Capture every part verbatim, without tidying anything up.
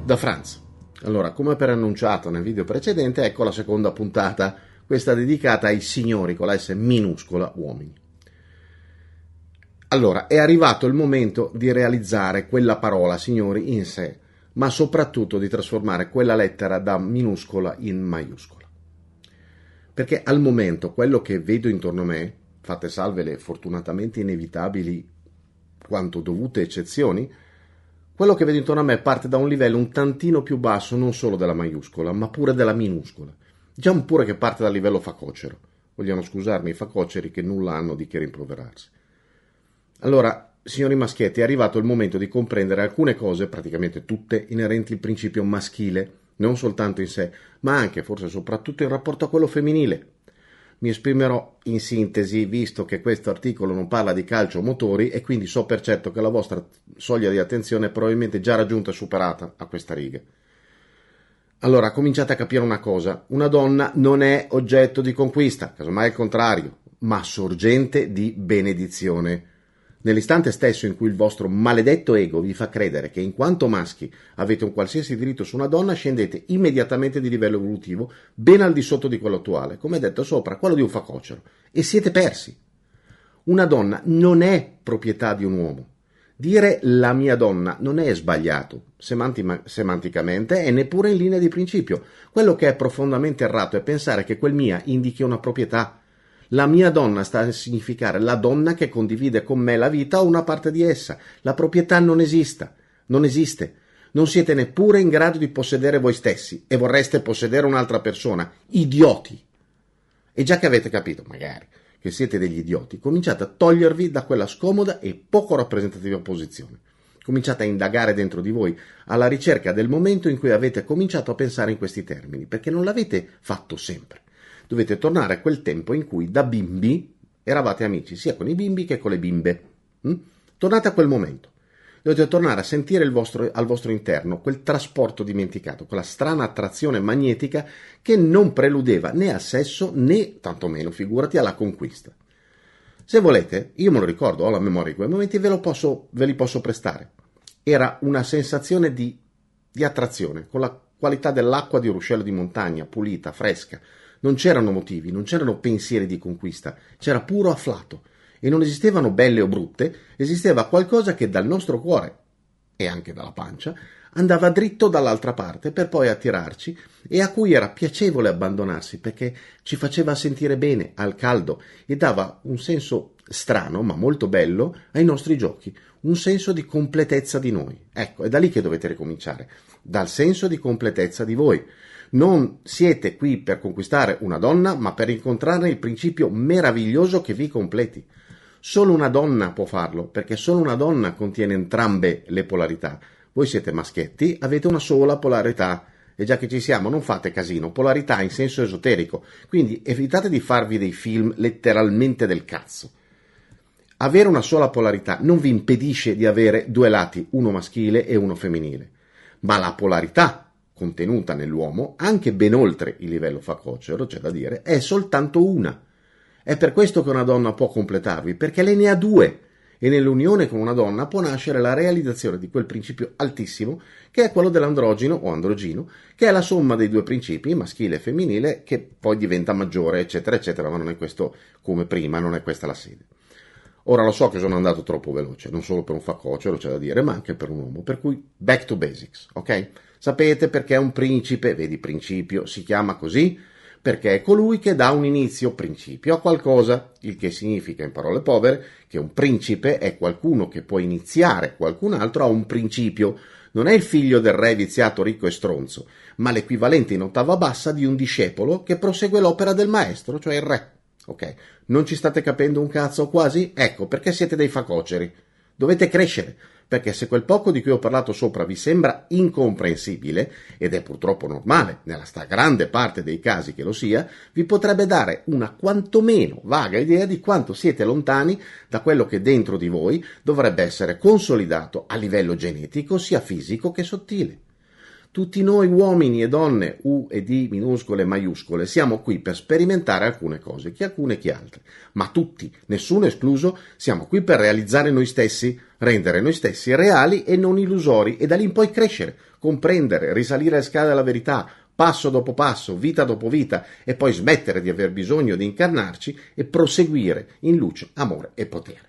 da Franz. Allora, come per annunciato nel video precedente, ecco la seconda puntata, questa dedicata ai signori con la S minuscola uomini. Allora, è arrivato il momento di realizzare quella parola, signori, in sé, ma soprattutto di trasformare quella lettera da minuscola in maiuscola. Perché al momento quello che vedo intorno a me, fatte salve le fortunatamente inevitabili quanto dovute eccezioni, quello che vedo intorno a me parte da un livello un tantino più basso non solo della maiuscola, ma pure della minuscola. Diciamo pure che parte dal livello facocero. Vogliano scusarmi i facoceri che nulla hanno di che rimproverarsi. Allora, signori maschietti, è arrivato il momento di comprendere alcune cose, praticamente tutte, inerenti al principio maschile, non soltanto in sé, ma anche, forse soprattutto, in rapporto a quello femminile. Mi esprimerò in sintesi, visto che questo articolo non parla di calcio o motori, e quindi so per certo che la vostra soglia di attenzione è probabilmente già raggiunta e superata a questa riga. Allora, cominciate a capire una cosa. Una donna non è oggetto di conquista, casomai il contrario, ma sorgente di benedizione. Nell'istante stesso in cui il vostro maledetto ego vi fa credere che in quanto maschi avete un qualsiasi diritto su una donna, scendete immediatamente di livello evolutivo ben al di sotto di quello attuale, come detto sopra, quello di un facocero, e siete persi. Una donna non è proprietà di un uomo. Dire la mia donna non è sbagliato, semanti- semanticamente, e neppure in linea di principio. Quello che è profondamente errato è pensare che quel mia indichi una proprietà. La mia donna sta a significare la donna che condivide con me la vita o una parte di essa. La proprietà non esista, non esiste. Non siete neppure in grado di possedere voi stessi e vorreste possedere un'altra persona. Idioti! E già che avete capito, magari, che siete degli idioti, cominciate a togliervi da quella scomoda e poco rappresentativa posizione. Cominciate a indagare dentro di voi alla ricerca del momento in cui avete cominciato a pensare in questi termini, perché non l'avete fatto sempre. Dovete tornare a quel tempo in cui da bimbi eravate amici sia con i bimbi che con le bimbe. Mm? Tornate a quel momento. Dovete tornare a sentire il vostro, al vostro interno quel trasporto dimenticato, quella strana attrazione magnetica che non preludeva né al sesso né, tantomeno, figurati, alla conquista. Se volete, io me lo ricordo, ho la memoria di quei momenti, ve, lo posso, ve li posso prestare. Era una sensazione di, di attrazione, con la qualità dell'acqua di un ruscello di montagna, pulita, fresca. Non c'erano motivi, non c'erano pensieri di conquista, c'era puro afflato. E non esistevano belle o brutte, esisteva qualcosa che dal nostro cuore, e anche dalla pancia, andava dritto dall'altra parte per poi attirarci e a cui era piacevole abbandonarsi perché ci faceva sentire bene, al caldo, e dava un senso strano, ma molto bello, ai nostri giochi, un senso di completezza di noi. Ecco, è da lì che dovete ricominciare, dal senso di completezza di voi. Non siete qui per conquistare una donna, ma per incontrarne il principio meraviglioso che vi completi. Solo una donna può farlo, perché solo una donna contiene entrambe le polarità. Voi siete maschietti, avete una sola polarità. E già che ci siamo, non fate casino, polarità in senso esoterico. Quindi evitate di farvi dei film letteralmente del cazzo. Avere una sola polarità non vi impedisce di avere due lati, uno maschile e uno femminile. Ma la polarità contenuta nell'uomo, anche ben oltre il livello facocero, c'è da dire, è soltanto una. È per questo che una donna può completarvi, perché lei ne ha due, e nell'unione con una donna può nascere la realizzazione di quel principio altissimo, che è quello dell'androgino o androgino, che è la somma dei due principi, maschile e femminile, che poi diventa maggiore, eccetera, eccetera, ma non è questo come prima, non è questa la sede. Ora lo so che sono andato troppo veloce, non solo per un facocero, c'è da dire, ma anche per un uomo, per cui back to basics, ok? Sapete perché un principe, vedi principio, si chiama così? Perché è colui che dà un inizio, principio, a qualcosa, il che significa, in parole povere, che un principe è qualcuno che può iniziare qualcun altro a un principio. Non è il figlio del re viziato, ricco e stronzo, ma l'equivalente in ottava bassa di un discepolo che prosegue l'opera del maestro, cioè il re. Ok, non ci state capendo un cazzo o quasi? Ecco, perché siete dei facoceri. Dovete crescere, perché se quel poco di cui ho parlato sopra vi sembra incomprensibile, ed è purtroppo normale, nella stragrande parte dei casi che lo sia, vi potrebbe dare una quantomeno vaga idea di quanto siete lontani da quello che dentro di voi dovrebbe essere consolidato a livello genetico, sia fisico che sottile. Tutti noi uomini e donne, U e D minuscole e maiuscole, siamo qui per sperimentare alcune cose, chi alcune e chi altre, ma tutti, nessuno escluso, siamo qui per realizzare noi stessi, rendere noi stessi reali e non illusori e da lì in poi crescere, comprendere, risalire le scale della verità, passo dopo passo, vita dopo vita, e poi smettere di aver bisogno di incarnarci e proseguire in luce, amore e potere.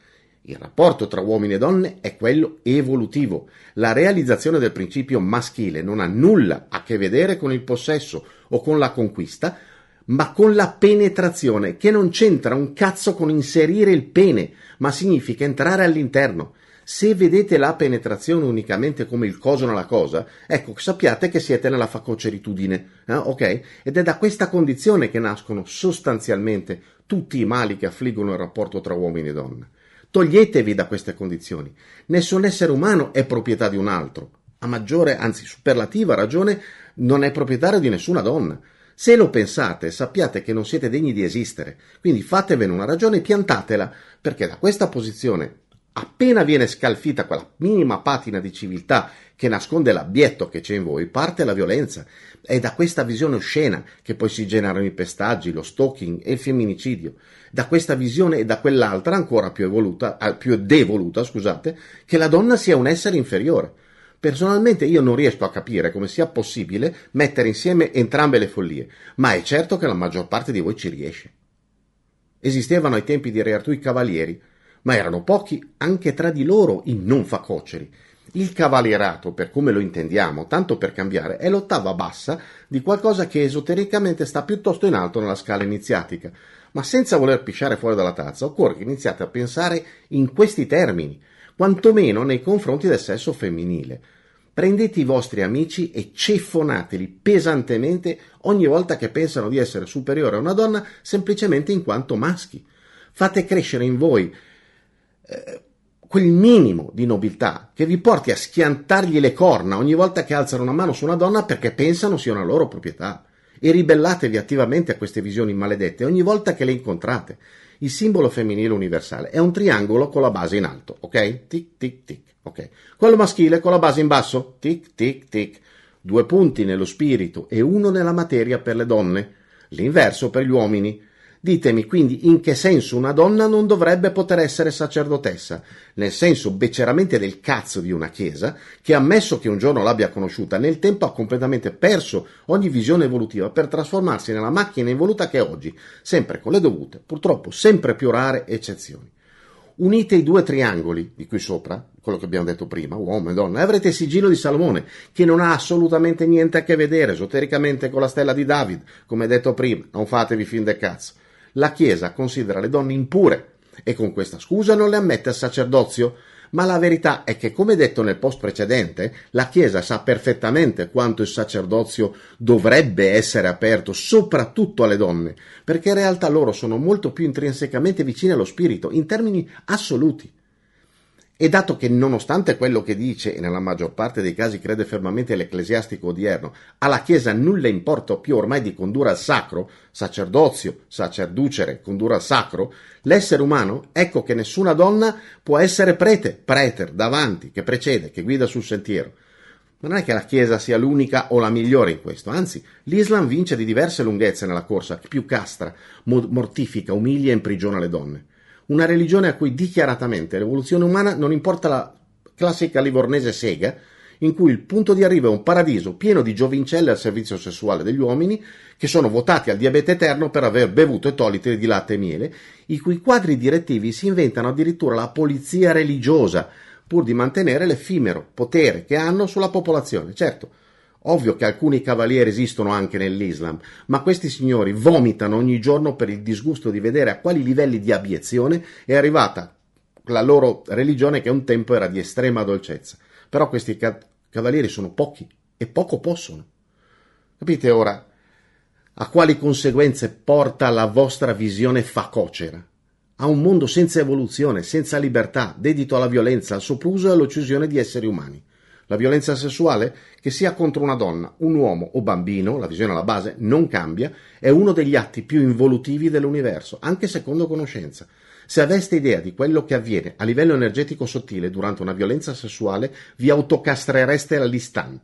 Il rapporto tra uomini e donne è quello evolutivo. La realizzazione del principio maschile non ha nulla a che vedere con il possesso o con la conquista, ma con la penetrazione, che non c'entra un cazzo con inserire il pene, ma significa entrare all'interno. Se vedete la penetrazione unicamente come il coso nella cosa, ecco, sappiate che siete nella facoceritudine, eh? Ok? Ed è da questa condizione che nascono sostanzialmente tutti i mali che affliggono il rapporto tra uomini e donne. Toglietevi da queste condizioni. Nessun essere umano è proprietà di un altro. A maggiore, anzi superlativa ragione, non è proprietario di nessuna donna. Se lo pensate, sappiate che non siete degni di esistere. Quindi fatevene una ragione e piantatela, perché da questa posizione, appena viene scalfita quella minima patina di civiltà che nasconde l'abbietto che c'è in voi, parte la violenza. È da questa visione oscena che poi si generano i pestaggi, lo stalking e il femminicidio. Da questa visione e da quell'altra ancora più evoluta, più devoluta, scusate, che la donna sia un essere inferiore. Personalmente io non riesco a capire come sia possibile mettere insieme entrambe le follie, ma è certo che la maggior parte di voi ci riesce. Esistevano ai tempi di Re Artù i cavalieri, ma erano pochi anche tra di loro i non facoceri. Il cavalierato, per come lo intendiamo, tanto per cambiare, è l'ottava bassa di qualcosa che esotericamente sta piuttosto in alto nella scala iniziatica. Ma senza voler pisciare fuori dalla tazza, occorre che iniziate a pensare in questi termini, quantomeno nei confronti del sesso femminile. Prendete i vostri amici e ceffonateli pesantemente ogni volta che pensano di essere superiori a una donna semplicemente in quanto maschi. Fate crescere in voi eh, quel minimo di nobiltà che vi porti a schiantargli le corna ogni volta che alzano una mano su una donna perché pensano sia una loro proprietà. E ribellatevi attivamente a queste visioni maledette ogni volta che le incontrate. Il simbolo femminile universale è un triangolo con la base in alto, ok? Tic, tic, tic, ok. Quello maschile con la base in basso, tic, tic, tic. Due punti nello spirito e uno nella materia per le donne, l'inverso per gli uomini. Ditemi quindi in che senso una donna non dovrebbe poter essere sacerdotessa, nel senso beceramente del cazzo di una chiesa che, ammesso che un giorno l'abbia conosciuta, nel tempo ha completamente perso ogni visione evolutiva per trasformarsi nella macchina involuta che è oggi, sempre con le dovute, purtroppo sempre più rare eccezioni. Unite i due triangoli di qui sopra, quello che abbiamo detto prima, uomo e donna, e avrete il sigillo di Salomone, che non ha assolutamente niente a che vedere esotericamente con la stella di David, come detto prima, non fatevi fin del cazzo. La Chiesa considera le donne impure e con questa scusa non le ammette al sacerdozio, ma la verità è che, come detto nel post precedente, la Chiesa sa perfettamente quanto il sacerdozio dovrebbe essere aperto soprattutto alle donne, perché in realtà loro sono molto più intrinsecamente vicine allo spirito, in termini assoluti. E dato che, nonostante quello che dice, e nella maggior parte dei casi crede fermamente l'ecclesiastico odierno, alla Chiesa nulla importa più ormai di condurre al sacro, sacerdozio, sacerducere, condurre al sacro, l'essere umano, ecco che nessuna donna può essere prete, preter, davanti, che precede, che guida sul sentiero. Ma non è che la Chiesa sia l'unica o la migliore in questo, anzi, l'Islam vince di diverse lunghezze nella corsa, che più castra, mortifica, umilia e imprigiona le donne. Una religione a cui dichiaratamente l'evoluzione umana non importa la classica livornese sega, in cui il punto di arrivo è un paradiso pieno di giovincelle al servizio sessuale degli uomini, che sono votati al diabete eterno per aver bevuto e toliti di latte e miele, i cui quadri direttivi si inventano addirittura la polizia religiosa, pur di mantenere l'effimero potere che hanno sulla popolazione. Certo, ovvio che alcuni cavalieri esistono anche nell'Islam, ma questi signori vomitano ogni giorno per il disgusto di vedere a quali livelli di abiezione è arrivata la loro religione, che un tempo era di estrema dolcezza. Però questi ca- cavalieri sono pochi e poco possono. Capite ora a quali conseguenze porta la vostra visione facocera? A un mondo senza evoluzione, senza libertà, dedito alla violenza, al sopruso e all'uccisione di esseri umani. La violenza sessuale, che sia contro una donna, un uomo o bambino, la visione alla base non cambia, è uno degli atti più involutivi dell'universo, anche secondo conoscenza. Se aveste idea di quello che avviene a livello energetico sottile durante una violenza sessuale, vi autocastrereste all'istante.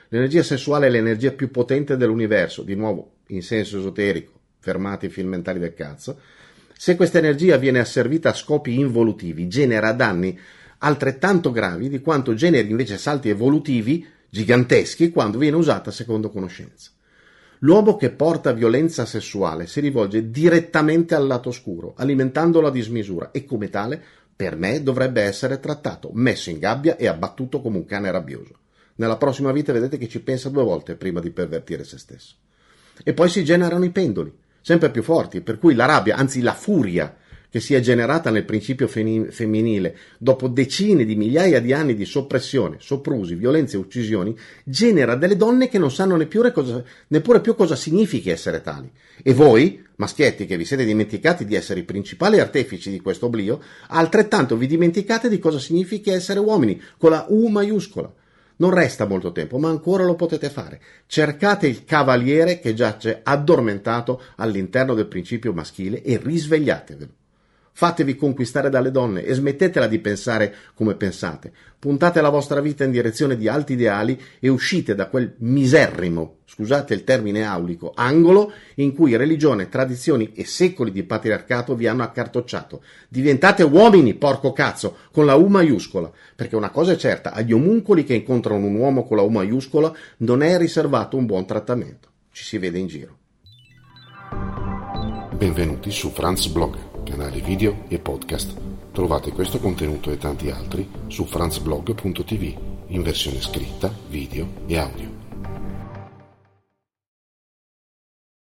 L'energia sessuale è l'energia più potente dell'universo, di nuovo in senso esoterico, fermati i film mentali del cazzo. Se questa energia viene asservita a scopi involutivi, genera danni altrettanto gravi di quanto generi invece salti evolutivi giganteschi quando viene usata secondo conoscenza. L'uomo che porta violenza sessuale si rivolge direttamente al lato oscuro, alimentandolo a dismisura e come tale, per me, dovrebbe essere trattato, messo in gabbia e abbattuto come un cane rabbioso. Nella prossima vita vedete che ci pensa due volte prima di pervertire se stesso. E poi si generano i pendoli, sempre più forti, per cui la rabbia, anzi la furia, che si è generata nel principio femminile dopo decine di migliaia di anni di soppressione, soprusi, violenze e uccisioni, genera delle donne che non sanno neppure, cosa, neppure più cosa significhi essere tali. E voi, maschietti che vi siete dimenticati di essere i principali artefici di questo oblio, altrettanto vi dimenticate di cosa significa essere uomini, con la U maiuscola. Non resta molto tempo, ma ancora lo potete fare. Cercate il cavaliere che giace addormentato all'interno del principio maschile e risvegliatevelo. Fatevi conquistare dalle donne e smettetela di pensare come pensate. Puntate la vostra vita in direzione di alti ideali e uscite da quel miserrimo, scusate il termine aulico, angolo in cui religione, tradizioni e secoli di patriarcato vi hanno accartocciato. Diventate uomini, porco cazzo, con la U maiuscola, perché una cosa è certa, agli omuncoli che incontrano un uomo con la U maiuscola non è riservato un buon trattamento. Ci si vede in giro. Benvenuti su Franz Blog, canale video e podcast. Trovate questo contenuto e tanti altri su franzblog punto tv in versione scritta, video e audio.